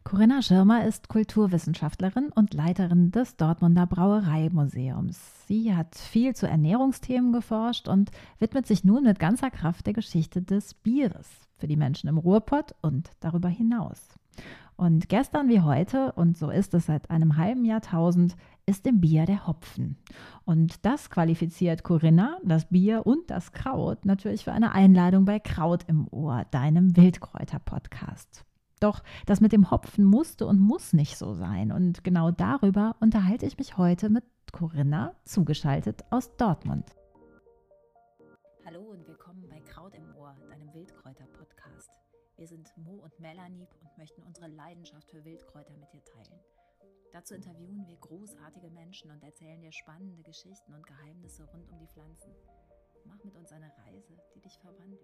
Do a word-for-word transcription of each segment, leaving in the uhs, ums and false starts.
Corinna Schirmer ist Kulturwissenschaftlerin und Leiterin des Dortmunder Brauereimuseums. Sie hat viel zu Ernährungsthemen geforscht und widmet sich nun mit ganzer Kraft der Geschichte des Bieres für die Menschen im Ruhrpott und darüber hinaus. Und gestern wie heute, und so ist es seit einem halben Jahrtausend, ist im Bier der Hopfen. Und das qualifiziert Corinna, das Bier und das Kraut natürlich für eine Einladung bei Kraut im Ohr, deinem Wildkräuter-Podcast. Doch das mit dem Hopfen musste und muss nicht so sein. Und genau darüber unterhalte ich mich heute mit Corinna, zugeschaltet aus Dortmund. Hallo und willkommen bei Kraut im Ohr, deinem Wildkräuter-Podcast. Wir sind Mo und Melanie und möchten unsere Leidenschaft für Wildkräuter mit dir teilen. Dazu interviewen wir großartige Menschen und erzählen dir spannende Geschichten und Geheimnisse rund um die Pflanzen. Mach mit uns eine Reise, die dich verwandelt.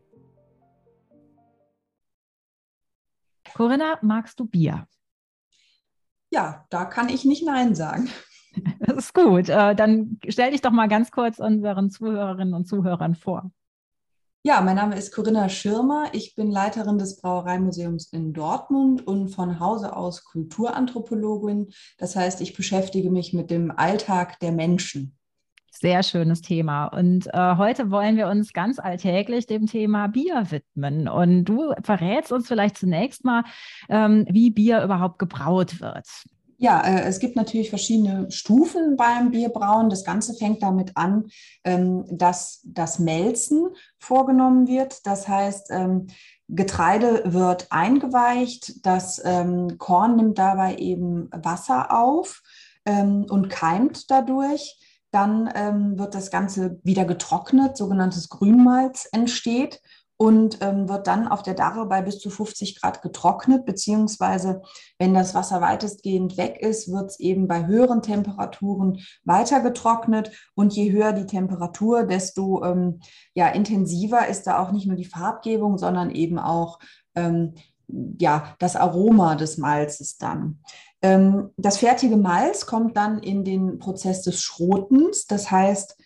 Corinna, magst du Bier? Ja, da kann ich nicht Nein sagen. Das ist gut. Dann stell dich doch mal ganz kurz unseren Zuhörerinnen und Zuhörern vor. Ja, mein Name ist Corinna Schirmer. Ich bin Leiterin des Brauereimuseums in Dortmund und von Hause aus Kulturanthropologin. Das heißt, ich beschäftige mich mit dem Alltag der Menschen. Sehr schönes Thema. Und äh, heute wollen wir uns ganz alltäglich dem Thema Bier widmen. Und du verrätst uns vielleicht zunächst mal, ähm, wie Bier überhaupt gebraut wird. Ja, äh, es gibt natürlich verschiedene Stufen beim Bierbrauen. Das Ganze fängt damit an, ähm, dass das Melzen vorgenommen wird. Das heißt, ähm, Getreide wird eingeweicht, das ähm, Korn nimmt dabei eben Wasser auf ähm, und keimt dadurch. Dann ähm, wird das Ganze wieder getrocknet, sogenanntes Grünmalz entsteht und ähm, wird dann auf der Darre bei bis zu fünfzig Grad getrocknet, beziehungsweise wenn das Wasser weitestgehend weg ist, wird es eben bei höheren Temperaturen weiter getrocknet und je höher die Temperatur, desto ähm, ja, intensiver ist da auch nicht nur die Farbgebung, sondern eben auch ähm, ja, das Aroma des Malzes dann. Das fertige Malz kommt dann in den Prozess des Schrotens. Das heißt,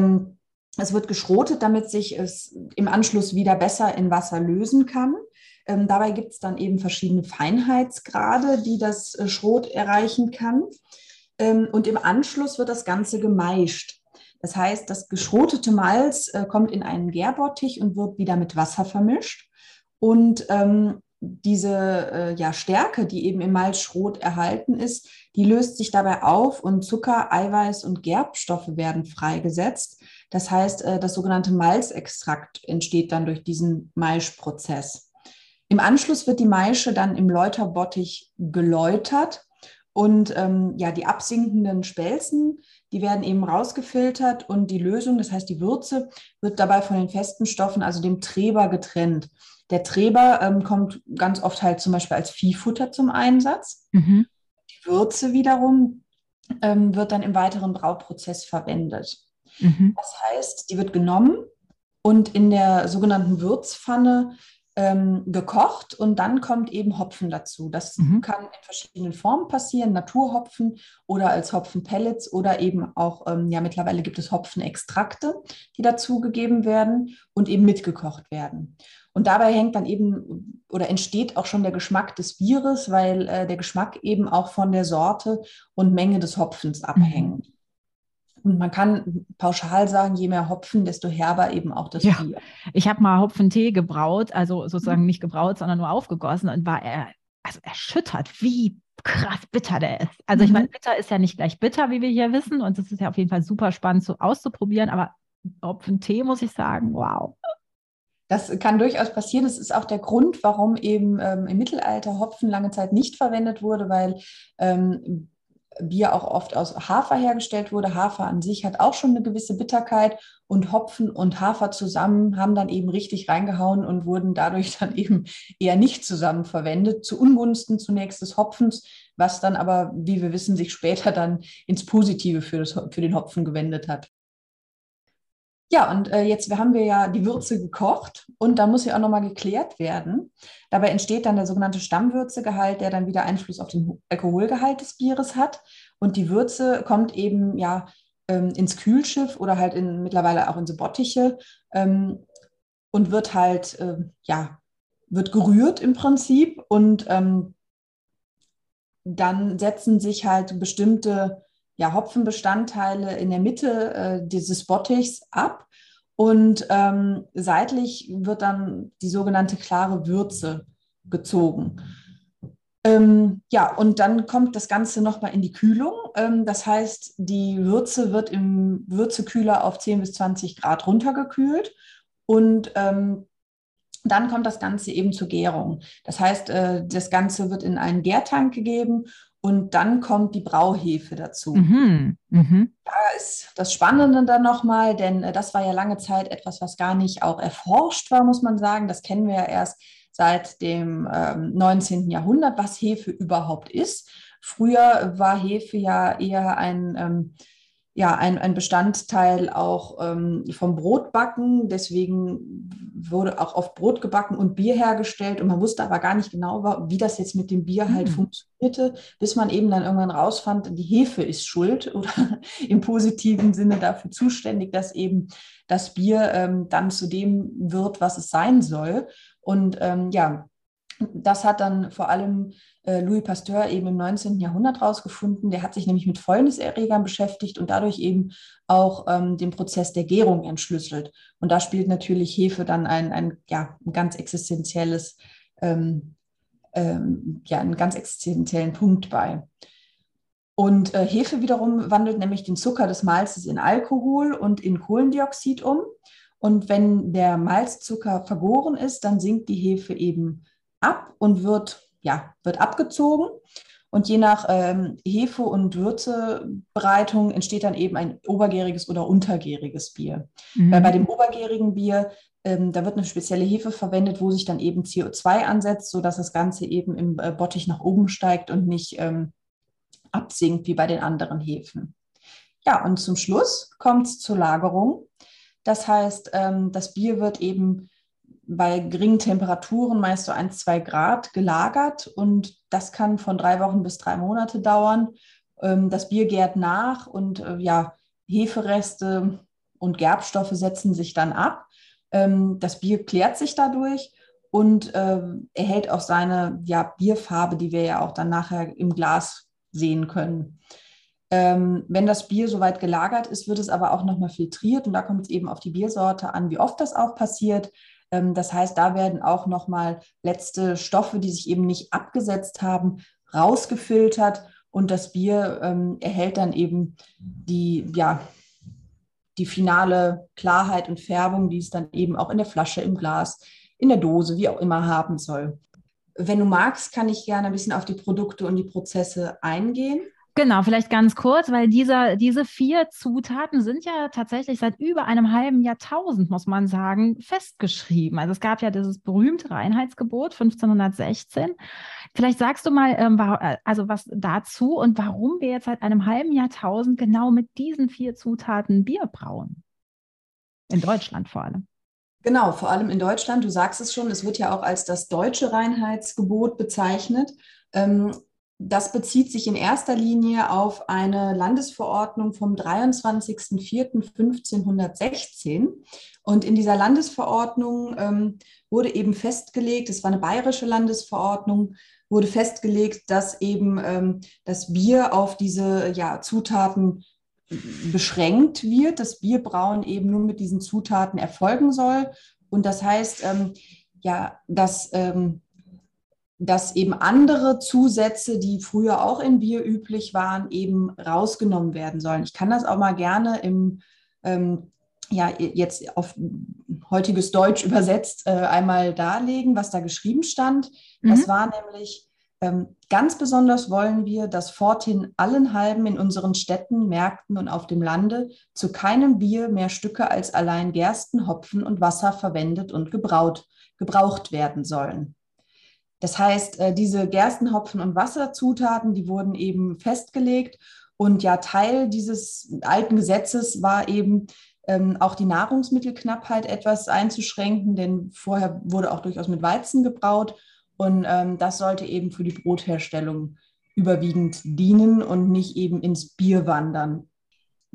es wird geschrotet, damit sich es im Anschluss wieder besser in Wasser lösen kann. Dabei gibt es dann eben verschiedene Feinheitsgrade, die das Schrot erreichen kann. Und im Anschluss wird das Ganze gemeischt. Das heißt, das geschrotete Malz kommt in einen Gärbottich und wird wieder mit Wasser vermischt. Und ähm, diese äh, ja, Stärke, die eben im Malzschrot erhalten ist, die löst sich dabei auf und Zucker, Eiweiß und Gerbstoffe werden freigesetzt. Das heißt, äh, das sogenannte Malzextrakt entsteht dann durch diesen Maischprozess. Im Anschluss wird die Maische dann im Läuterbottich geläutert und ähm, ja, die absinkenden Spelzen, die werden eben rausgefiltert und die Lösung, das heißt die Würze, wird dabei von den festen Stoffen, also dem Treber, getrennt. Der Treber ähm, kommt ganz oft halt zum Beispiel als Viehfutter zum Einsatz. Mhm. Die Würze wiederum ähm, wird dann im weiteren Brauprozess verwendet. Mhm. Das heißt, die wird genommen und in der sogenannten Würzpfanne ähm, gekocht und dann kommt eben Hopfen dazu. Das mhm. kann in verschiedenen Formen passieren, Naturhopfen oder als Hopfenpellets oder eben auch, ähm, ja mittlerweile gibt es Hopfenextrakte, die dazugegeben werden und eben mitgekocht werden. Und dabei hängt dann eben oder entsteht auch schon der Geschmack des Bieres, weil äh, der Geschmack eben auch von der Sorte und Menge des Hopfens abhängt. Mhm. Und man kann pauschal sagen, je mehr Hopfen, desto herber eben auch das ja, Bier. Ich habe mal Hopfentee gebraut, also sozusagen nicht gebraut, sondern nur aufgegossen und war er, also erschüttert, wie krass bitter der ist. Also ich meine, bitter ist ja nicht gleich bitter, wie wir hier wissen, und das ist ja auf jeden Fall super spannend so auszuprobieren, aber Hopfentee, muss ich sagen, wow. Das kann durchaus passieren. Das ist auch der Grund, warum eben ähm, im Mittelalter Hopfen lange Zeit nicht verwendet wurde, weil ähm, Bier auch oft aus Hafer hergestellt wurde. Hafer an sich hat auch schon eine gewisse Bitterkeit und Hopfen und Hafer zusammen haben dann eben richtig reingehauen und wurden dadurch dann eben eher nicht zusammen verwendet, zu Ungunsten zunächst des Hopfens, was dann aber, wie wir wissen, sich später dann ins Positive für, das, für den Hopfen gewendet hat. Ja, und äh, jetzt haben wir ja die Würze gekocht und da muss ja auch nochmal geklärt werden. Dabei entsteht dann der sogenannte Stammwürzegehalt, der dann wieder Einfluss auf den Alkoholgehalt des Bieres hat. Und die Würze kommt eben ja ähm, ins Kühlschiff oder halt in, mittlerweile auch in so Bottiche ähm, und wird halt, äh, ja, wird gerührt im Prinzip und ähm, dann setzen sich halt bestimmte ja, Hopfenbestandteile in der Mitte äh, dieses Bottichs ab und ähm, seitlich wird dann die sogenannte klare Würze gezogen. Ähm, ja, und dann kommt das Ganze nochmal in die Kühlung. Ähm, das heißt, die Würze wird im Würzekühler auf zehn bis zwanzig Grad runtergekühlt und ähm, dann kommt das Ganze eben zur Gärung. Das heißt, äh, das Ganze wird in einen Gärtank gegeben und dann kommt die Brauhefe dazu. Mhm. Mhm. Da ist das Spannende dann nochmal, denn äh, das war ja lange Zeit etwas, was gar nicht auch erforscht war, muss man sagen. Das kennen wir ja erst seit dem ähm, neunzehnten. Jahrhundert, was Hefe überhaupt ist. Früher war Hefe ja eher ein, ähm, ja, ein, ein Bestandteil auch ähm, vom Brotbacken. Deswegen wurde auch oft Brot gebacken und Bier hergestellt. Und man wusste aber gar nicht genau, wie das jetzt mit dem Bier halt Mhm. funktionierte, bis man eben dann irgendwann rausfand, die Hefe ist schuld oder im positiven Sinne dafür zuständig, dass eben das Bier ähm, dann zu dem wird, was es sein soll. Und ähm, ja, das hat dann vor allem äh, Louis Pasteur eben im neunzehnten. Jahrhundert rausgefunden. Der hat sich nämlich mit Fäulniserregern beschäftigt und dadurch eben auch ähm, den Prozess der Gärung entschlüsselt. Und da spielt natürlich Hefe dann ein, ein, ja, ein ganz existenzielles, ähm, ähm, ja, einen ganz existenziellen Punkt bei. Und äh, Hefe wiederum wandelt nämlich den Zucker des Malzes in Alkohol und in Kohlendioxid um. Und wenn der Malzzucker vergoren ist, dann sinkt die Hefe eben ab und wird, ja, wird abgezogen. Und je nach ähm, Hefe- und Würzebereitung entsteht dann eben ein obergäriges oder untergäriges Bier. Mhm. Weil bei dem obergärigen Bier, ähm, da wird eine spezielle Hefe verwendet, wo sich dann eben C O zwei ansetzt, sodass das Ganze eben im äh, Bottich nach oben steigt und nicht ähm, absinkt wie bei den anderen Hefen. Ja, und zum Schluss kommt es zur Lagerung. Das heißt, ähm, das Bier wird eben bei geringen Temperaturen, meist so ein, zwei Grad, gelagert und das kann von drei Wochen bis drei Monate dauern. Ähm, das Bier gärt nach und äh, ja, Hefereste und Gerbstoffe setzen sich dann ab. Ähm, das Bier klärt sich dadurch und äh, erhält auch seine ja, Bierfarbe, die wir ja auch dann nachher im Glas sehen können. Ähm, wenn das Bier soweit gelagert ist, wird es aber auch nochmal filtriert und da kommt es eben auf die Biersorte an, wie oft das auch passiert. Ähm, das heißt, da werden auch nochmal letzte Stoffe, die sich eben nicht abgesetzt haben, rausgefiltert und das Bier ähm, erhält dann eben die, ja, die finale Klarheit und Färbung, die es dann eben auch in der Flasche, im Glas, in der Dose, wie auch immer haben soll. Wenn du magst, kann ich gerne ein bisschen auf die Produkte und die Prozesse eingehen. Genau, vielleicht ganz kurz, weil dieser, diese vier Zutaten sind ja tatsächlich seit über einem halben Jahrtausend, muss man sagen, festgeschrieben. Also es gab ja dieses berühmte Reinheitsgebot fünfzehnhundertsechzehn. Vielleicht sagst du mal, ähm, also was dazu und warum wir jetzt seit einem halben Jahrtausend genau mit diesen vier Zutaten Bier brauen. In Deutschland vor allem. Genau, vor allem in Deutschland. Du sagst es schon, es wird ja auch als das deutsche Reinheitsgebot bezeichnet. Ähm, Das bezieht sich in erster Linie auf eine Landesverordnung vom dreiundzwanzigsten vierten fünfzehnhundertsechzehn. Und in dieser Landesverordnung ähm, wurde eben festgelegt, es war eine bayerische Landesverordnung, wurde festgelegt, dass eben ähm, das Bier auf diese ja, Zutaten beschränkt wird, dass Bierbrauen eben nur mit diesen Zutaten erfolgen soll. Und das heißt, ähm, ja, dass ähm, dass eben andere Zusätze, die früher auch in Bier üblich waren, eben rausgenommen werden sollen. Ich kann das auch mal gerne im, ähm, ja, jetzt auf heutiges Deutsch übersetzt, äh, einmal darlegen, was da geschrieben stand. Mhm. Das war nämlich, ähm, ganz besonders wollen wir, dass forthin allenhalben in unseren Städten, Märkten und auf dem Lande zu keinem Bier mehr Stücke als allein Gersten, Hopfen und Wasser verwendet und gebraut, gebraucht werden sollen. Das heißt, diese Gerstenhopfen- und Wasserzutaten, die wurden eben festgelegt. Und ja, Teil dieses alten Gesetzes war eben ähm, auch die Nahrungsmittelknappheit etwas einzuschränken, denn vorher wurde auch durchaus mit Weizen gebraut. Und ähm, das sollte eben für die Brotherstellung überwiegend dienen und nicht eben ins Bier wandern.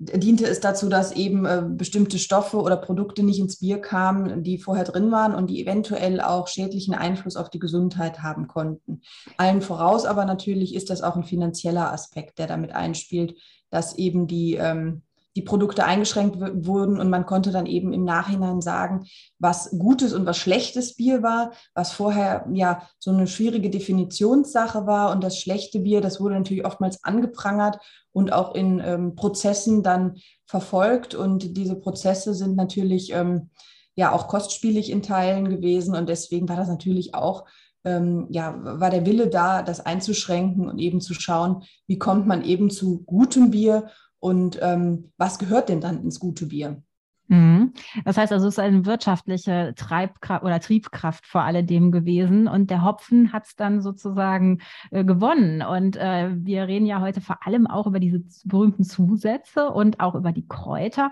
diente es dazu, dass eben äh, bestimmte Stoffe oder Produkte nicht ins Bier kamen, die vorher drin waren und die eventuell auch schädlichen Einfluss auf die Gesundheit haben konnten. Allen voraus aber natürlich ist das auch ein finanzieller Aspekt, der damit einspielt, dass eben die ähm, die Produkte eingeschränkt w- wurden und man konnte dann eben im Nachhinein sagen, was gutes und was schlechtes Bier war, was vorher ja so eine schwierige Definitionssache war, und das schlechte Bier, das wurde natürlich oftmals angeprangert und auch in ähm, Prozessen dann verfolgt, und diese Prozesse sind natürlich ähm, ja auch kostspielig in Teilen gewesen, und deswegen war das natürlich auch ähm, ja, war der Wille da, das einzuschränken und eben zu schauen, wie kommt man eben zu gutem Bier. Und ähm, was gehört denn dann ins gute Bier? Mhm. Das heißt also, es ist eine wirtschaftliche Treibkraft oder Triebkraft vor alledem gewesen und der Hopfen hat es dann sozusagen äh, gewonnen. Und äh, wir reden ja heute vor allem auch über diese berühmten Zusätze und auch über die Kräuter.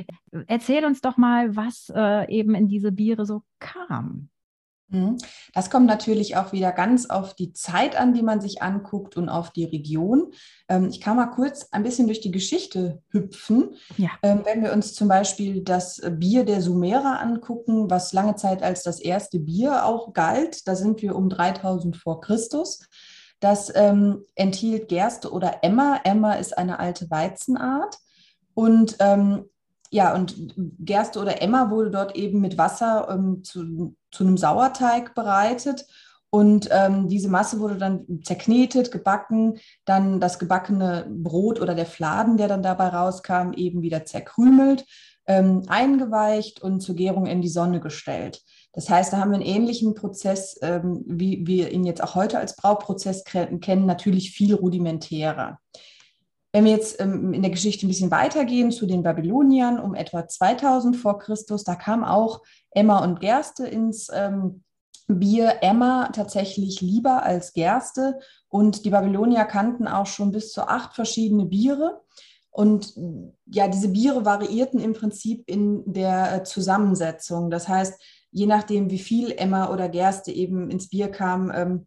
Erzähl uns doch mal, was äh, eben in diese Biere so kam. Mhm. Das kommt natürlich auch wieder ganz auf die Zeit an, die man sich anguckt, und auf die Region. Ähm, ich kann mal kurz ein bisschen durch die Geschichte hüpfen. Ja. Ähm, wenn wir uns zum Beispiel das Bier der Sumerer angucken, was lange Zeit als das erste Bier auch galt, da sind wir um dreitausend vor Christus. Das ähm, enthielt Gerste oder Emmer. Emmer ist eine alte Weizenart. Und ähm, ja, und Gerste oder Emmer wurde dort eben mit Wasser ähm, zu, zu einem Sauerteig bereitet. Und ähm, diese Masse wurde dann zerknetet, gebacken, dann das gebackene Brot oder der Fladen, der dann dabei rauskam, eben wieder zerkrümelt, ähm, eingeweicht und zur Gärung in die Sonne gestellt. Das heißt, da haben wir einen ähnlichen Prozess, ähm, wie wir ihn jetzt auch heute als Brauprozess kennen, natürlich viel rudimentärer. Wenn wir jetzt ähm, in der Geschichte ein bisschen weitergehen zu den Babyloniern um etwa zweitausend vor Christus, da kam auch Emmer und Gerste ins ähm, Bier. Emmer tatsächlich lieber als Gerste, und die Babylonier kannten auch schon bis zu acht verschiedene Biere. Und ja, diese Biere variierten im Prinzip in der äh, Zusammensetzung. Das heißt, je nachdem, wie viel Emmer oder Gerste eben ins Bier kam, ähm,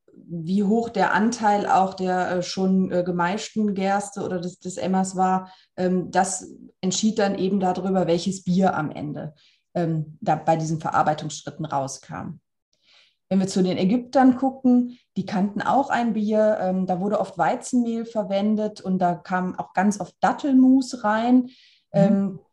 wie hoch der Anteil auch der äh, schon äh, gemeischten Gerste oder des, des Emmers war, ähm, das entschied dann eben darüber, welches Bier am Ende ähm, da bei diesen Verarbeitungsschritten rauskam. Wenn wir zu den Ägyptern gucken, die kannten auch ein Bier, ähm, da wurde oft Weizenmehl verwendet und da kam auch ganz oft Dattelmus rein. Mhm. Ähm,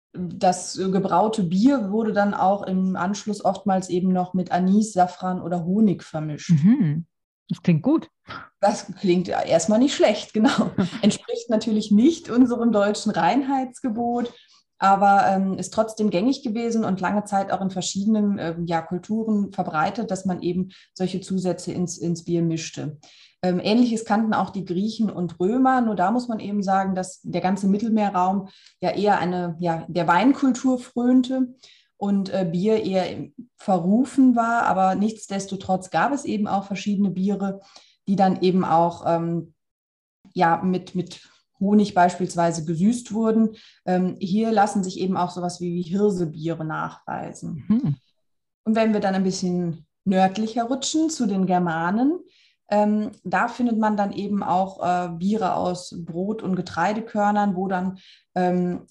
das gebraute Bier wurde dann auch im Anschluss oftmals eben noch mit Anis, Safran oder Honig vermischt. Mhm. Das klingt gut. Das klingt ja erstmal nicht schlecht, genau. Entspricht natürlich nicht unserem deutschen Reinheitsgebot, aber ähm, ist trotzdem gängig gewesen und lange Zeit auch in verschiedenen ähm, ja, Kulturen verbreitet, dass man eben solche Zusätze ins, ins Bier mischte. Ähm, Ähnliches kannten auch die Griechen und Römer, nur da muss man eben sagen, dass der ganze Mittelmeerraum ja eher eine, ja, der Weinkultur frönte und äh, Bier eher verrufen war, aber nichtsdestotrotz gab es eben auch verschiedene Biere, die dann eben auch ähm, ja, mit, mit Honig beispielsweise gesüßt wurden. Ähm, hier lassen sich eben auch sowas wie, wie Hirsebiere nachweisen. Mhm. Und wenn wir dann ein bisschen nördlicher rutschen zu den Germanen, ähm, da findet man dann eben auch äh, Biere aus Brot- und Getreidekörnern, wo dann ähm,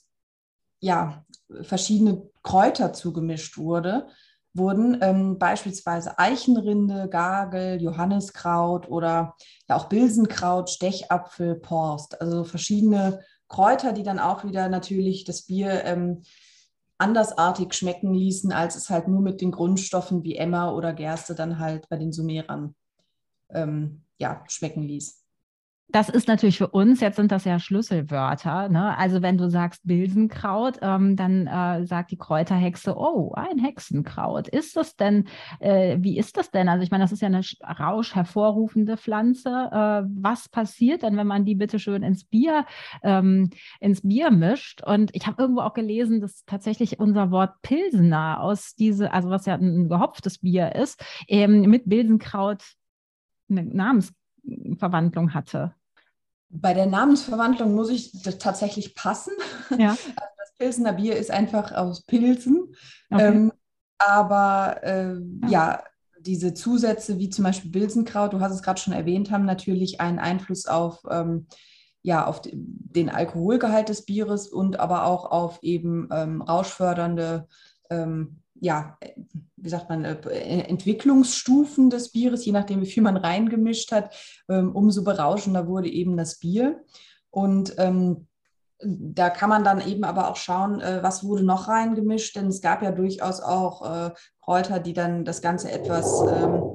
ja, verschiedene Kräuter zugemischt wurde, wurden, ähm, beispielsweise Eichenrinde, Gargel, Johanniskraut oder ja auch Bilsenkraut, Stechapfel, Porst. Also verschiedene Kräuter, die dann auch wieder natürlich das Bier ähm, andersartig schmecken ließen, als es halt nur mit den Grundstoffen wie Emmer oder Gerste dann halt bei den Sumerern ähm, ja, schmecken ließ. Das ist natürlich für uns, jetzt sind das ja Schlüsselwörter, ne? Also wenn du sagst Bilsenkraut, ähm, dann äh, sagt die Kräuterhexe, oh, ein Hexenkraut. Ist das denn, äh, wie ist das denn? Also ich meine, das ist ja eine Rausch hervorrufende Pflanze. Äh, was passiert denn, wenn man die bitte schön ins Bier, ähm, ins Bier mischt? Und ich habe irgendwo auch gelesen, dass tatsächlich unser Wort Pilsener aus diese, also was ja ein gehopftes Bier ist, ähm, mit Bilsenkraut eine Namensverwandlung hatte. Bei der Namensverwandlung muss ich tatsächlich passen. Ja, Das Pilsener Bier ist einfach aus Pilsen. okay. Ähm, aber äh, Ja. ja, diese Zusätze wie zum Beispiel Bilsenkraut, du hast es gerade schon erwähnt, haben natürlich einen Einfluss auf ähm, ja, auf den Alkoholgehalt des Bieres und aber auch auf eben ähm, rauschfördernde, ähm, ja, wie sagt man, äh, Entwicklungsstufen des Bieres, je nachdem, wie viel man reingemischt hat, ähm, umso berauschender wurde eben das Bier. Und ähm, da kann man dann eben aber auch schauen, äh, was wurde noch reingemischt, denn es gab ja durchaus auch äh, Kräuter, die dann das Ganze etwas ähm,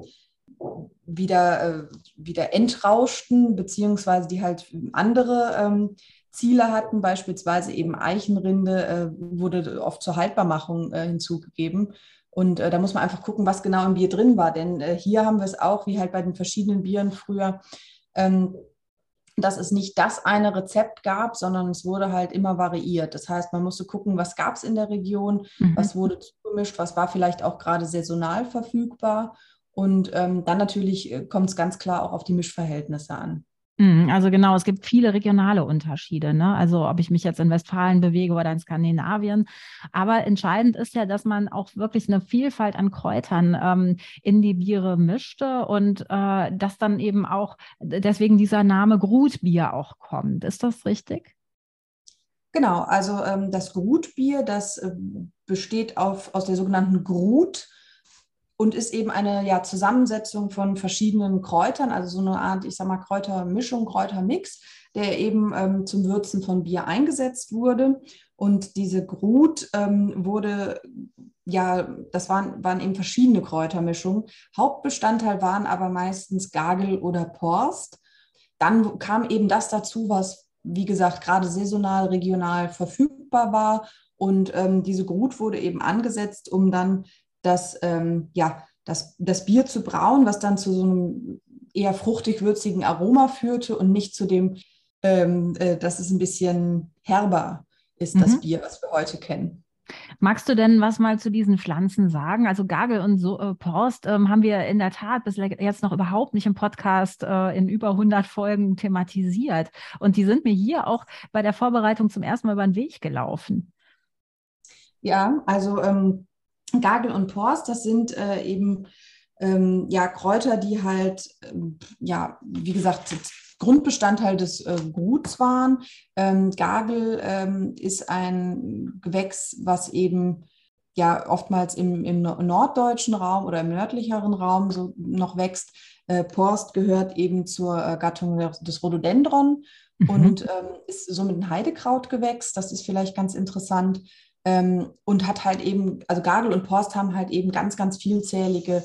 wieder, äh, wieder entrauschten, beziehungsweise die halt andere ähm, Ziele hatten, beispielsweise eben Eichenrinde äh, wurde oft zur Haltbarmachung äh, hinzugegeben. Und äh, da muss man einfach gucken, was genau im Bier drin war. Denn äh, hier haben wir es auch, wie halt bei den verschiedenen Bieren früher, ähm, dass es nicht das eine Rezept gab, sondern es wurde halt immer variiert. Das heißt, man musste gucken, was gab es in der Region, Mhm. was wurde zugemischt, was war vielleicht auch gerade saisonal verfügbar. Und ähm, dann natürlich äh, kommt es ganz klar auch auf die Mischverhältnisse an. Mhm, also genau, es gibt viele regionale Unterschiede, ne? Also ob ich mich jetzt in Westfalen bewege oder in Skandinavien. Aber entscheidend ist ja, dass man auch wirklich eine Vielfalt an Kräutern ähm, in die Biere mischte und äh, dass dann eben auch deswegen dieser Name Grutbier auch kommt. Ist das richtig? Genau, also ähm, das Grutbier, das äh, besteht auf, aus der sogenannten Grut und ist eben eine ja, Zusammensetzung von verschiedenen Kräutern, also so eine Art, ich sag mal, Kräutermischung, Kräutermix, der eben ähm, zum Würzen von Bier eingesetzt wurde. Und diese Grut ähm, wurde, ja, das waren, waren eben verschiedene Kräutermischungen. Hauptbestandteil waren aber meistens Gagel oder Porst. Dann kam eben das dazu, was, wie gesagt, gerade saisonal, regional verfügbar war. Und ähm, diese Grut wurde eben angesetzt, um dann das, ähm, ja, das, das Bier zu brauen, was dann zu so einem eher fruchtig-würzigen Aroma führte und nicht zu dem, ähm, äh, dass es ein bisschen herber ist, das Mhm. Bier, was wir heute kennen. Magst du denn was mal zu diesen Pflanzen sagen? Also Gagel und so, äh, Porst ähm, haben wir in der Tat bis jetzt noch überhaupt nicht im Podcast äh, in über hundert Folgen thematisiert. Und die sind mir hier auch bei der Vorbereitung zum ersten Mal über den Weg gelaufen. Ja, also ähm, Gagel und Porst, das sind äh, eben ähm, ja, Kräuter, die halt, ähm, ja, wie gesagt, Grundbestandteil des äh, Guts waren. Ähm, Gagel ähm, ist ein Gewächs, was eben ja oftmals im, im norddeutschen Raum oder im nördlicheren Raum so noch wächst. Äh, Porst gehört eben zur äh, Gattung des Rhododendron Mhm. und ähm, ist somit ein Heidekrautgewächs. Das ist vielleicht ganz interessant. Ähm, und hat halt eben, also Gagel und Porst haben halt eben ganz, ganz vielzählige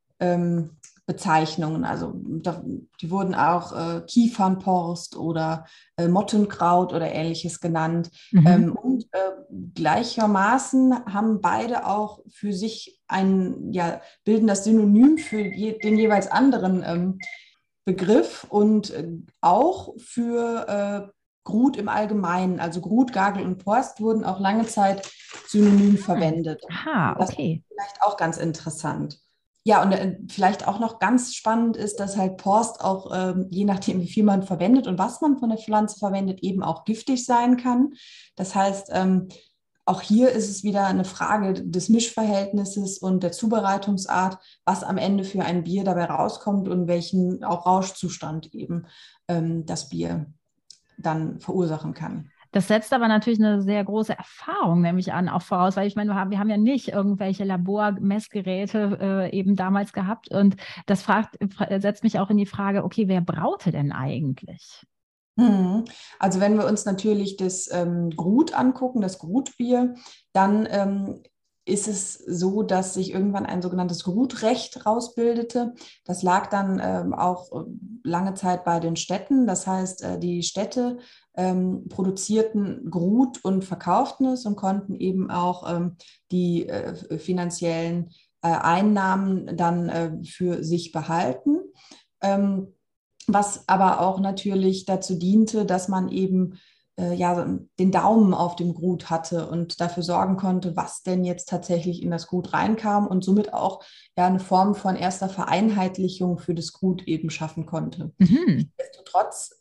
ähm, Bezeichnungen. Also da, die wurden auch äh, Kiefernporst oder äh, Mottenkraut oder ähnliches genannt. Mhm. Ähm, und äh, gleichermaßen haben beide auch für sich ein, ja, bilden das Synonym für je, den jeweils anderen ähm, Begriff und äh, auch für äh, Grut im Allgemeinen. Also Grut, Gagel und Porst wurden auch lange Zeit synonym Hm. verwendet. Aha, Das ist okay. vielleicht auch ganz interessant. Ja, und äh, vielleicht auch noch ganz spannend ist, dass halt Porst auch, ähm, je nachdem, wie viel man verwendet und was man von der Pflanze verwendet, eben auch giftig sein kann. Das heißt, ähm, auch hier ist es wieder eine Frage des Mischverhältnisses und der Zubereitungsart, was am Ende für ein Bier dabei rauskommt und welchen auch Rauschzustand eben ähm, das Bier dann verursachen kann. Das setzt aber natürlich eine sehr große Erfahrung, nämlich an, auch voraus, weil ich meine, wir haben, wir haben ja nicht irgendwelche Labormessgeräte äh, eben damals gehabt. Und das fragt, setzt mich auch in die Frage, okay, wer braute denn eigentlich? Mhm. Also wenn wir uns natürlich das ähm, Grut angucken, das Grutbier, dann ähm, ist es so, dass sich irgendwann ein sogenanntes Grutrecht rausbildete. Das lag dann ähm, auch äh, lange Zeit bei den Städten. Das heißt, äh, die Städte ähm, produzierten Grut und verkauften es und konnten eben auch ähm, die äh, finanziellen äh, Einnahmen dann äh, für sich behalten. Ähm, was aber auch natürlich dazu diente, dass man eben äh, ja, den Daumen auf dem Gut hatte und dafür sorgen konnte, was denn jetzt tatsächlich in das Gut reinkam und somit auch ja, eine Form von erster Vereinheitlichung für das Gut eben schaffen konnte. Mhm. Nichtsdestotrotz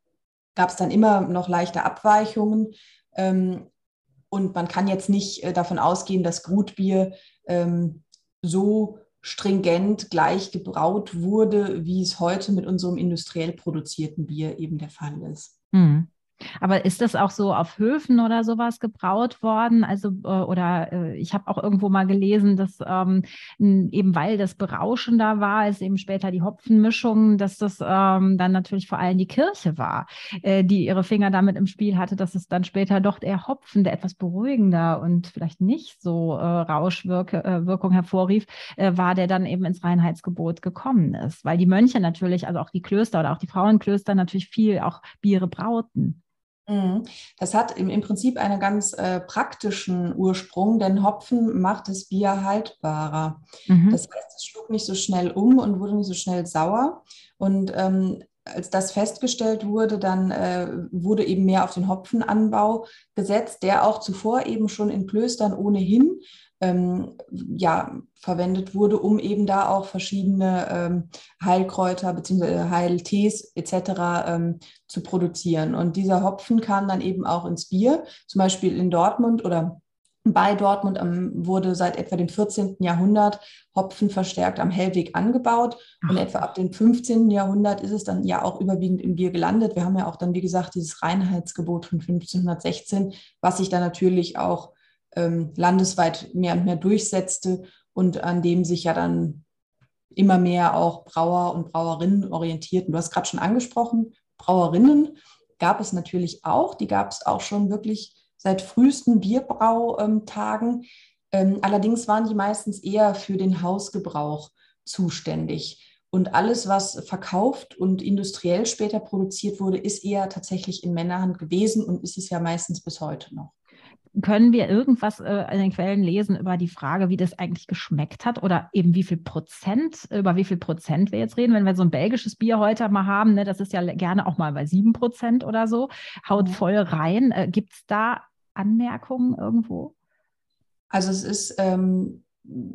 gab es dann immer noch leichte Abweichungen. Ähm, und man kann jetzt nicht äh, davon ausgehen, dass Gutbier ähm, so stringent gleich gebraut wurde, wie es heute mit unserem industriell produzierten Bier eben der Fall ist. Hm. Aber ist das auch so auf Höfen oder sowas gebraut worden? Also, äh, oder äh, ich habe auch irgendwo mal gelesen, dass ähm, n- eben weil das berauschender war als eben später die Hopfenmischung, dass das ähm, dann natürlich vor allem die Kirche war, äh, die ihre Finger damit im Spiel hatte, dass es dann später doch eher Hopfen, der etwas beruhigender und vielleicht nicht so äh, Rauschwirkung äh, Wirkung hervorrief, äh, war, der dann eben ins Reinheitsgebot gekommen ist. Weil die Mönche natürlich, also auch die Klöster oder auch die Frauenklöster natürlich viel auch Biere brauten. Mhm. Das hat im, im Prinzip einen ganz äh, praktischen Ursprung, denn Hopfen macht das Bier haltbarer. Mhm. Das heißt, es schlug nicht so schnell um und wurde nicht so schnell sauer. Und ähm, als das festgestellt wurde, dann äh, wurde eben mehr auf den Hopfenanbau gesetzt, der auch zuvor eben schon in Klöstern ohnehin ähm, ja, verwendet wurde, um eben da auch verschiedene ähm, Heilkräuter bzw. Heiltees et cetera ähm, zu produzieren. Und dieser Hopfen kam dann eben auch ins Bier, zum Beispiel in Dortmund oder bei Dortmund am, wurde seit etwa dem vierzehnten. Jahrhundert Hopfen verstärkt am Hellweg angebaut und Ach, etwa ab dem fünfzehnten. Jahrhundert ist es dann ja auch überwiegend im Bier gelandet. Wir haben ja auch dann, wie gesagt, dieses Reinheitsgebot von fünfzehnhundertsechzehn, was sich dann natürlich auch ähm, landesweit mehr und mehr durchsetzte und an dem sich ja dann immer mehr auch Brauer und Brauerinnen orientierten. Du hast gerade schon angesprochen, Brauerinnen gab es natürlich auch. Die gab es auch schon wirklich seit frühesten Bierbrautagen. Ähm, allerdings waren die meistens eher für den Hausgebrauch zuständig. Und alles, was verkauft und industriell später produziert wurde, ist eher tatsächlich in Männerhand gewesen und ist es ja meistens bis heute noch. können wir irgendwas äh, in den Quellen lesen über die Frage, wie das eigentlich geschmeckt hat oder eben wie viel Prozent, über wie viel Prozent wir jetzt reden? Wenn wir so ein belgisches Bier heute mal haben, ne, das ist ja gerne auch mal bei sieben Prozent oder so, haut voll rein. Äh, Gibt es da Anmerkungen irgendwo? Also es ist ähm,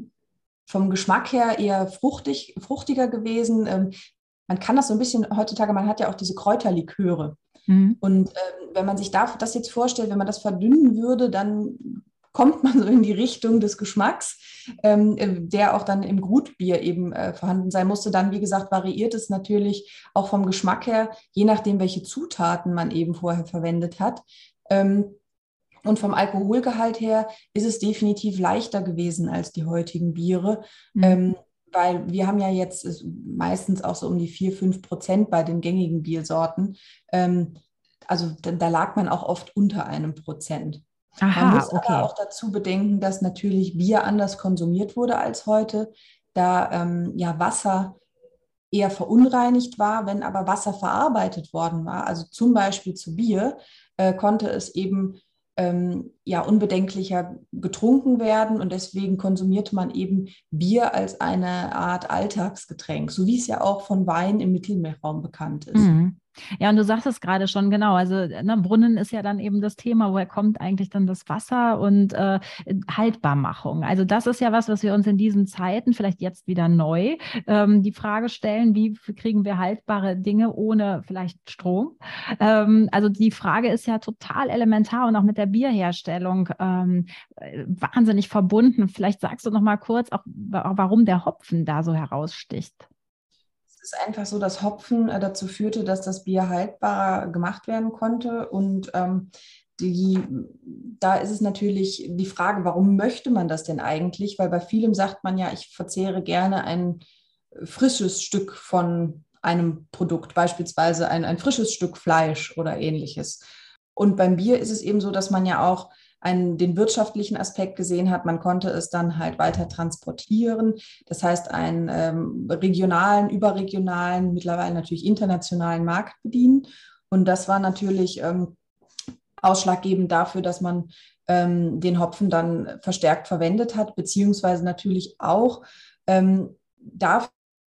vom Geschmack her eher fruchtig, fruchtiger gewesen. Ähm, man kann das so ein bisschen heutzutage, man hat ja auch diese Kräuterliköre. Mhm. Und ähm, wenn man sich da, das jetzt vorstellt, wenn man das verdünnen würde, dann kommt man so in die Richtung des Geschmacks, ähm, äh, der auch dann im Grutbier eben äh, vorhanden sein musste. Dann, wie gesagt, variiert es natürlich auch vom Geschmack her, je nachdem, welche Zutaten man eben vorher verwendet hat. Ähm, und vom Alkoholgehalt her ist es definitiv leichter gewesen als die heutigen Biere, Mhm. ähm, weil wir haben ja jetzt äh, meistens auch so um die vier fünf Prozent bei den gängigen Biersorten. Ähm, also da, da lag man auch oft unter einem Prozent. Man Aha, muss aber okay. auch dazu bedenken, dass natürlich Bier anders konsumiert wurde als heute, da ähm, ja Wasser eher verunreinigt war, wenn aber Wasser verarbeitet worden war, also zum Beispiel zu Bier, äh, konnte es eben ähm, ja unbedenklicher getrunken werden und deswegen konsumierte man eben Bier als eine Art Alltagsgetränk, so wie es ja auch von Wein im Mittelmeerraum bekannt ist. Mhm. Ja, und du sagst es gerade schon, genau. Also, ne, Brunnen ist ja dann eben das Thema, woher kommt eigentlich dann das Wasser und äh, Haltbarmachung. Also, das ist ja was, was wir uns in diesen Zeiten, vielleicht jetzt wieder neu, ähm, die Frage stellen, wie kriegen wir haltbare Dinge ohne vielleicht Strom? Ähm, also, die Frage ist ja total elementar und auch mit der Bierherstellung ähm, äh, wahnsinnig verbunden. Vielleicht sagst du noch mal kurz, auch, warum der Hopfen da so heraussticht. Es ist einfach so, dass Hopfen äh, dazu führte, dass das Bier haltbarer gemacht werden konnte. Und ähm, die, da ist es natürlich die Frage, warum möchte man das denn eigentlich? Weil bei vielem sagt man ja, ich verzehre gerne ein frisches Stück von einem Produkt, beispielsweise ein, ein frisches Stück Fleisch oder ähnliches. Und beim Bier ist es eben so, dass man ja auch einen, den wirtschaftlichen Aspekt gesehen hat. Man konnte es dann halt weiter transportieren. Das heißt, einen ähm, regionalen, überregionalen, mittlerweile natürlich internationalen Markt bedienen. Und das war natürlich ähm, ausschlaggebend dafür, dass man ähm, den Hopfen dann verstärkt verwendet hat, beziehungsweise natürlich auch ähm, dafür,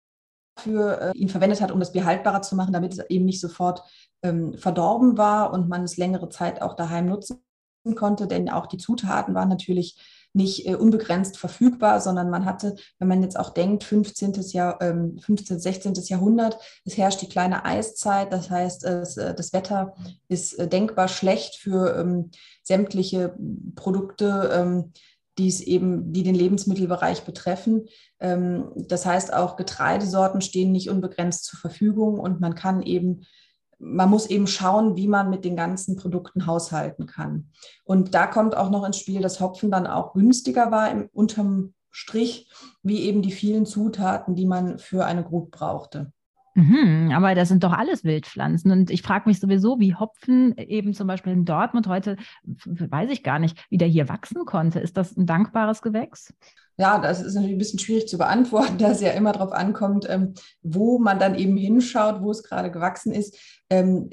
für äh, ihn verwendet hat, um das Bier haltbarer zu machen, damit es eben nicht sofort ähm, verdorben war und man es längere Zeit auch daheim nutzen konnte, denn auch die Zutaten waren natürlich nicht äh, unbegrenzt verfügbar, sondern man hatte, wenn man jetzt auch denkt, fünfzehnten. Jahr, ähm, fünfzehnten., sechzehnten. Jahrhundert, es herrscht die kleine Eiszeit, das heißt, es, äh, das Wetter ist äh, denkbar schlecht für ähm, sämtliche Produkte, ähm, die es eben, die den Lebensmittelbereich betreffen. Das heißt, auch Getreidesorten stehen nicht unbegrenzt zur Verfügung und man kann eben man muss eben schauen, wie man mit den ganzen Produkten haushalten kann. Und da kommt auch noch ins Spiel, dass Hopfen dann auch günstiger war im, unterm Strich, wie eben die vielen Zutaten, die man für eine Glut brauchte. Mhm, aber das sind doch alles Wildpflanzen. Und ich frage mich sowieso, wie Hopfen eben zum Beispiel in Dortmund heute, weiß ich gar nicht, wie der hier wachsen konnte. Ist das ein dankbares Gewächs? Ja, das ist natürlich ein bisschen schwierig zu beantworten, da es ja immer darauf ankommt, ähm, wo man dann eben hinschaut, wo es gerade gewachsen ist. Ähm,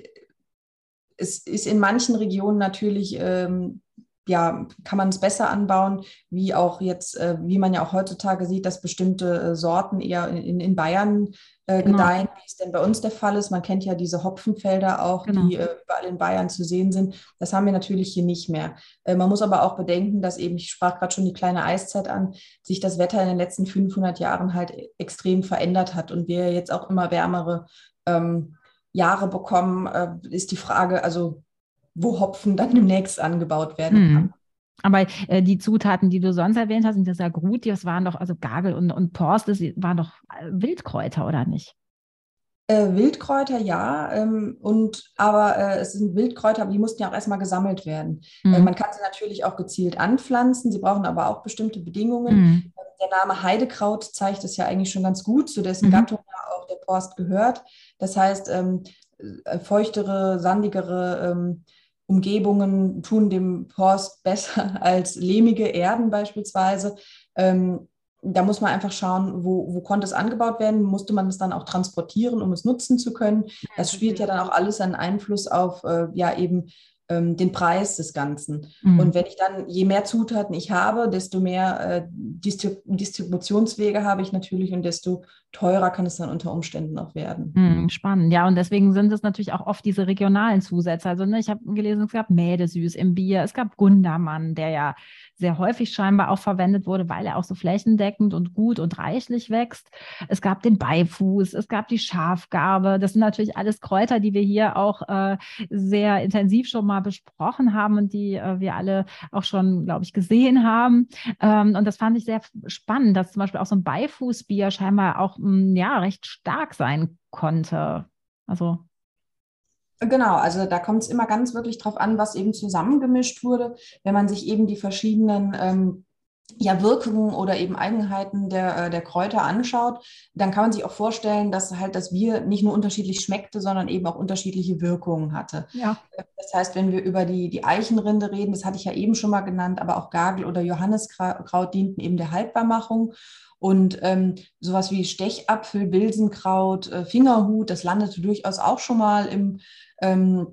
es ist in manchen Regionen natürlich, ähm, ja, kann man es besser anbauen, wie auch jetzt, äh, wie man ja auch heutzutage sieht, dass bestimmte äh, Sorten eher in, in Bayern äh, Genau, gedeihen, wie es denn bei uns der Fall ist. Man kennt ja diese Hopfenfelder auch, genau. die äh, überall in Bayern zu sehen sind. Das haben wir natürlich hier nicht mehr. Äh, man muss aber auch bedenken, dass eben, ich sprach gerade schon die kleine Eiszeit an, sich das Wetter in den letzten fünfhundert Jahren halt extrem verändert hat und wir jetzt auch immer wärmere ähm, Jahre bekommen, äh, ist die Frage, also wo Hopfen dann demnächst angebaut werden kann. Hm. Aber äh, die Zutaten, die du sonst erwähnt hast, in dieser Grut, das waren doch, also Gagel und, und Porst, das waren doch äh, Wildkräuter, oder nicht? Äh, Wildkräuter, ja, ähm, und aber äh, es sind Wildkräuter, aber die mussten ja auch erstmal gesammelt werden. Äh, Hm. man kann sie natürlich auch gezielt anpflanzen, sie brauchen aber auch bestimmte Bedingungen. Hm. Der Name Heidekraut zeigt es ja eigentlich schon ganz gut, zu dessen Mhm. Gattung ja auch der Porst gehört. Das heißt, ähm, äh, feuchtere, sandigere ähm, Umgebungen tun dem Porst besser als lehmige Erden beispielsweise. Ähm, Da muss man einfach schauen, wo, wo konnte es angebaut werden, musste man es dann auch transportieren, um es nutzen zu können. Ja, Das spielt verstehe. ja dann auch alles einen Einfluss auf äh, ja eben ähm, den Preis des Ganzen. Hm. Und wenn ich dann, je mehr Zutaten ich habe, desto mehr äh, Distrib Distributionswege habe ich natürlich und desto teurer kann es dann unter Umständen auch werden. Hm, spannend, ja, und deswegen sind es natürlich auch oft diese regionalen Zusätze. Also, ne, ich habe gelesen, es gab Mädesüß im Bier, es gab Gundermann, der ja sehr häufig scheinbar auch verwendet wurde, weil er auch so flächendeckend und gut und reichlich wächst. Es gab den Beifuß, es gab die Schafgarbe. Das sind natürlich alles Kräuter, die wir hier auch äh, sehr intensiv schon mal besprochen haben und die äh, wir alle auch schon, glaube ich, gesehen haben. Ähm, und das fand ich sehr spannend, dass zum Beispiel auch so ein Beifußbier scheinbar auch mh, ja, recht stark sein konnte. Also, Genau, also da kommt es immer ganz wirklich drauf an, was eben zusammengemischt wurde. Wenn man sich eben die verschiedenen ähm, ja, Wirkungen oder eben Eigenheiten der, äh, der Kräuter anschaut, dann kann man sich auch vorstellen, dass halt das Bier nicht nur unterschiedlich schmeckte, sondern eben auch unterschiedliche Wirkungen hatte. ja. Das heißt, wenn wir über die, die Eichenrinde reden, das hatte ich ja eben schon mal genannt, aber auch Gagel oder Johanniskraut dienten eben der Haltbarmachung. Und ähm, sowas wie Stechapfel, Bilsenkraut, äh, Fingerhut, das landete durchaus auch schon mal im, ähm,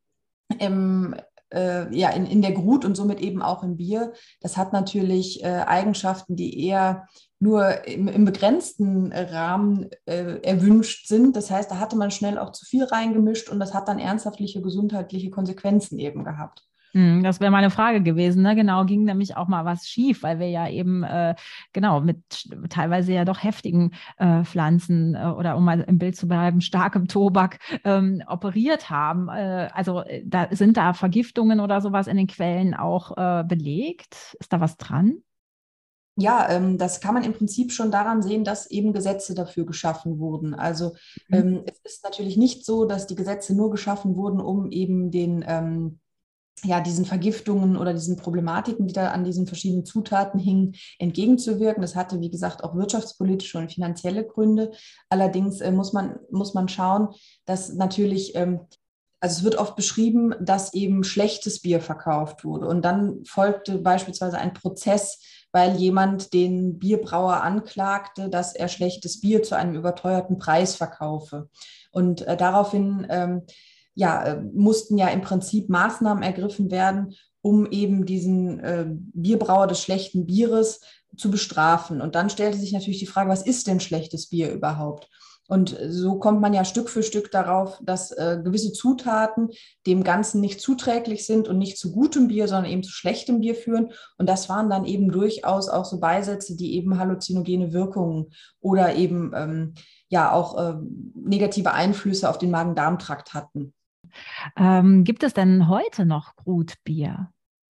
im, äh, ja, in, in der Grut und somit eben auch im Bier. Das hat natürlich äh, Eigenschaften, die eher nur im, im begrenzten Rahmen äh, erwünscht sind. Das heißt, da hatte man schnell auch zu viel reingemischt und das hat dann ernsthafte gesundheitliche Konsequenzen eben gehabt. Hm, das wäre meine Frage gewesen, ne? Genau, ging nämlich auch mal was schief, weil wir ja eben, äh, genau, mit teilweise ja doch heftigen äh, Pflanzen äh, oder um mal im Bild zu bleiben, starkem Tobak ähm, operiert haben. Äh, also äh, da sind da Vergiftungen oder sowas in den Quellen auch äh, belegt? Ist da was dran? Ja, ähm, das kann man im Prinzip schon daran sehen, dass eben Gesetze dafür geschaffen wurden. Also Mhm. ähm, es ist natürlich nicht so, dass die Gesetze nur geschaffen wurden, um eben den ähm, ja, diesen Vergiftungen oder diesen Problematiken, die da an diesen verschiedenen Zutaten hingen, entgegenzuwirken. Das hatte, wie gesagt, auch wirtschaftspolitische und finanzielle Gründe. Allerdings äh, muss man, muss man schauen, dass natürlich, ähm, also es wird oft beschrieben, dass eben schlechtes Bier verkauft wurde. Und dann folgte beispielsweise ein Prozess, weil jemand den Bierbrauer anklagte, dass er schlechtes Bier zu einem überteuerten Preis verkaufe. Und äh, daraufhin ähm, ja, äh, mussten ja im Prinzip Maßnahmen ergriffen werden, um eben diesen äh, Bierbrauer des schlechten Bieres zu bestrafen. Und dann stellte sich natürlich die Frage, was ist denn schlechtes Bier überhaupt? Und so kommt man ja Stück für Stück darauf, dass äh, gewisse Zutaten dem Ganzen nicht zuträglich sind und nicht zu gutem Bier, sondern eben zu schlechtem Bier führen. Und das waren dann eben durchaus auch so Beisätze, die eben halluzinogene Wirkungen oder eben ähm, ja auch äh, negative Einflüsse auf den Magen-Darm-Trakt hatten. Ähm, gibt es denn heute noch Brutbier?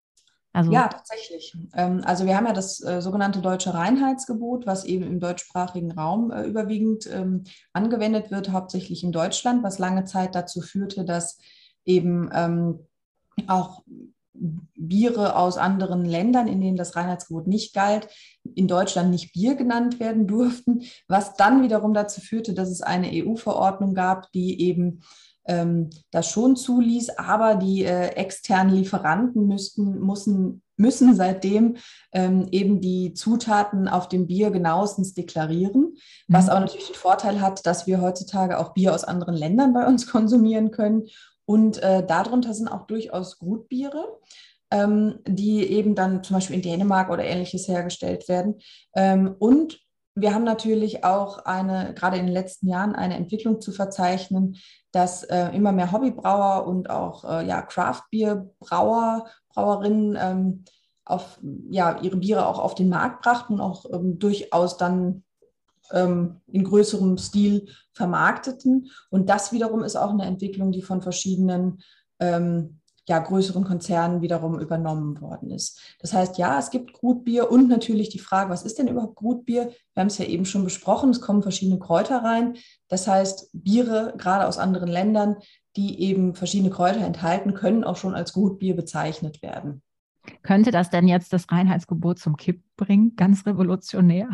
Also Ja, tatsächlich. Ähm, Also wir haben ja das äh, sogenannte deutsche Reinheitsgebot, was eben im deutschsprachigen Raum äh, überwiegend ähm, angewendet wird, hauptsächlich in Deutschland, was lange Zeit dazu führte, dass eben ähm, auch Biere aus anderen Ländern, in denen das Reinheitsgebot nicht galt, in Deutschland nicht Bier genannt werden durften, was dann wiederum dazu führte, dass es eine E U-Verordnung gab, die eben ähm, das schon zuließ, aber die äh, externen Lieferanten müssten, müssen, müssen seitdem ähm, eben die Zutaten auf dem Bier genauestens deklarieren, was mhm. auch natürlich den Vorteil hat, dass wir heutzutage auch Bier aus anderen Ländern bei uns konsumieren können. Und äh, darunter sind auch durchaus Gutbiere, ähm, die eben dann zum Beispiel in Dänemark oder ähnliches hergestellt werden. Ähm, und wir haben natürlich auch eine, gerade in den letzten Jahren, eine Entwicklung zu verzeichnen, dass äh, immer mehr Hobbybrauer und auch äh, ja, Craft-Bier-Brauer, Brauerinnen ähm, auf, ja, ihre Biere auch auf den Markt brachten und auch ähm, durchaus dann ähm, in größerem Stil vermarkteten. Und das wiederum ist auch eine Entwicklung, die von verschiedenen ähm, ja, größeren Konzernen wiederum übernommen worden ist. Das heißt, ja, es gibt Gutbier und natürlich die Frage, was ist denn überhaupt Gutbier? Wir haben es ja eben schon besprochen, es kommen verschiedene Kräuter rein. Das heißt, Biere, gerade aus anderen Ländern, die eben verschiedene Kräuter enthalten, können auch schon als Gutbier bezeichnet werden. Könnte das denn jetzt das Reinheitsgebot zum Kipp bringen? Ganz revolutionär.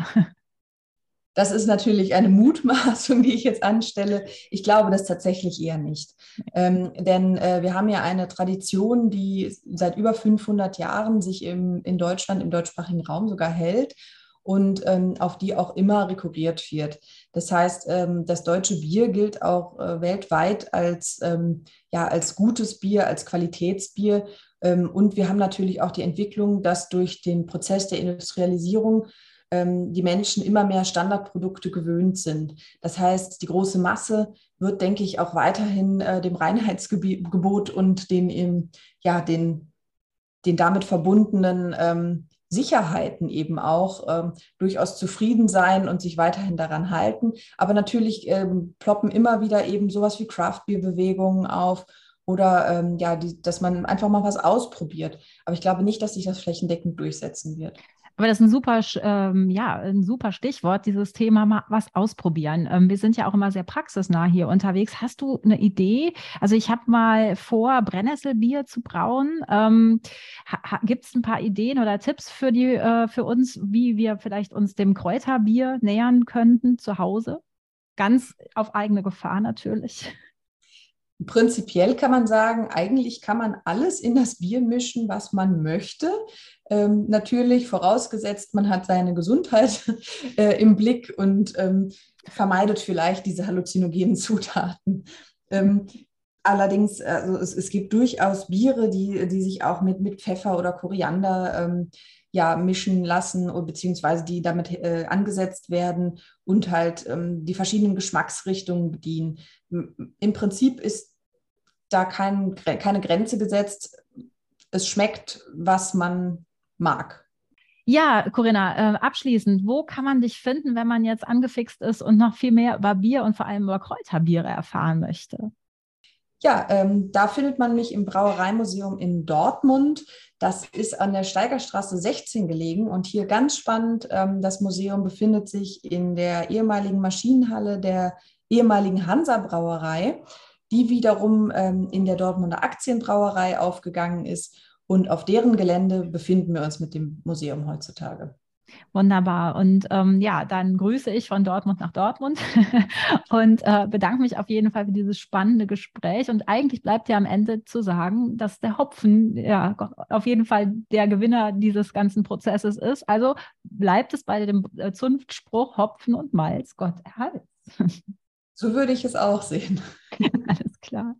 Das ist natürlich eine Mutmaßung, die ich jetzt anstelle. Ich glaube das tatsächlich eher nicht. Ähm, denn äh, wir haben ja eine Tradition, die seit über fünfhundert Jahren sich im, in Deutschland, im deutschsprachigen Raum sogar hält und ähm, auf die auch immer rekurriert wird. Das heißt, ähm, das deutsche Bier gilt auch äh, weltweit als, ähm, ja, als gutes Bier, als Qualitätsbier. Ähm, und wir haben natürlich auch die Entwicklung, dass durch den Prozess der Industrialisierung ähm, die Menschen immer mehr Standardprodukte gewöhnt sind. Das heißt, die große Masse wird, denke ich, auch weiterhin äh, dem Reinheitsgebot und den, im, ja, den, den damit verbundenen ähm, Sicherheiten eben auch ähm, durchaus zufrieden sein und sich weiterhin daran halten. Aber natürlich ähm, ploppen immer wieder eben sowas wie Craft-Bier-Bewegungen auf oder ähm, ja, die, dass man einfach mal was ausprobiert. Aber ich glaube nicht, dass sich das flächendeckend durchsetzen wird. Aber das ist ein super, ähm, ja, ein super Stichwort, dieses Thema mal was ausprobieren. Ähm, wir sind ja auch immer sehr praxisnah hier unterwegs. Hast du eine Idee? Also ich habe mal vor, Brennnesselbier zu brauen. Ähm, Gibt es ein paar Ideen oder Tipps für die, äh, für uns, wie wir vielleicht uns dem Kräuterbier nähern könnten zu Hause? Ganz auf eigene Gefahr natürlich. Prinzipiell kann man sagen, eigentlich kann man alles in das Bier mischen, was man möchte. Ähm, natürlich vorausgesetzt, man hat seine Gesundheit äh, im Blick und ähm, vermeidet vielleicht diese halluzinogenen Zutaten. Ähm, allerdings, also es, es gibt durchaus Biere, die, die sich auch mit, mit Pfeffer oder Koriander ähm, ja, mischen lassen oder beziehungsweise die damit äh, angesetzt werden und halt ähm, die verschiedenen Geschmacksrichtungen bedienen. Im Prinzip ist da kein, keine Grenze gesetzt. Es schmeckt, was man mag. Ja, Corinna, äh, abschließend, wo kann man dich finden, wenn man jetzt angefixt ist und noch viel mehr über Bier und vor allem über Kräuterbiere erfahren möchte? Ja, ähm, da findet man mich im Brauereimuseum in Dortmund. Das ist an der Steigerstraße sechzehn gelegen. Und hier ganz spannend, ähm, das Museum befindet sich in der ehemaligen Maschinenhalle der ehemaligen Hansa-Brauerei, die wiederum ähm, in der Dortmunder Aktienbrauerei aufgegangen ist. Und auf deren Gelände befinden wir uns mit dem Museum heutzutage. Wunderbar. Und ähm, ja, dann grüße ich von Dortmund nach Dortmund und äh, bedanke mich auf jeden Fall für dieses spannende Gespräch. Und eigentlich bleibt ja am Ende zu sagen, dass der Hopfen ja auf jeden Fall der Gewinner dieses ganzen Prozesses ist. Also bleibt es bei dem äh, Zunftspruch Hopfen und Malz, Gott erhalts. So würde ich es auch sehen. Alles klar.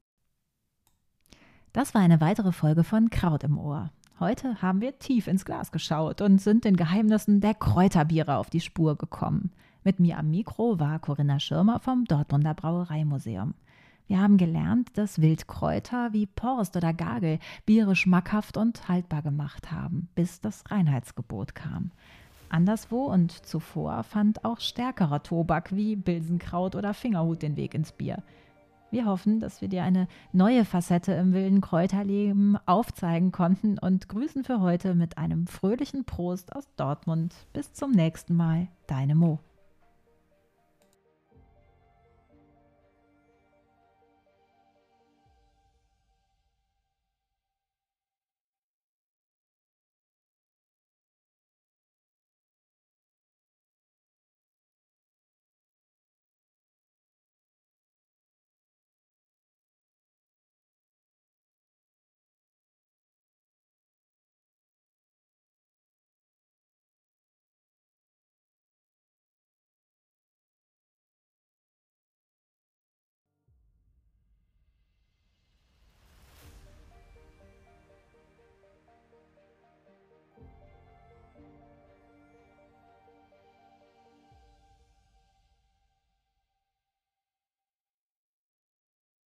Das war eine weitere Folge von Kraut im Ohr. Heute haben wir tief ins Glas geschaut und sind den Geheimnissen der Kräuterbiere auf die Spur gekommen. Mit mir am Mikro war Corinna Schirmer vom Dortmunder Brauereimuseum. Wir haben gelernt, dass Wildkräuter wie Porst oder Gagel Biere schmackhaft und haltbar gemacht haben, bis das Reinheitsgebot kam. Anderswo und zuvor fand auch stärkerer Tobak wie Bilsenkraut oder Fingerhut den Weg ins Bier. Wir hoffen, dass wir dir eine neue Facette im wilden Kräuterleben aufzeigen konnten und grüßen für heute mit einem fröhlichen Prost aus Dortmund. Bis zum nächsten Mal, deine Mo.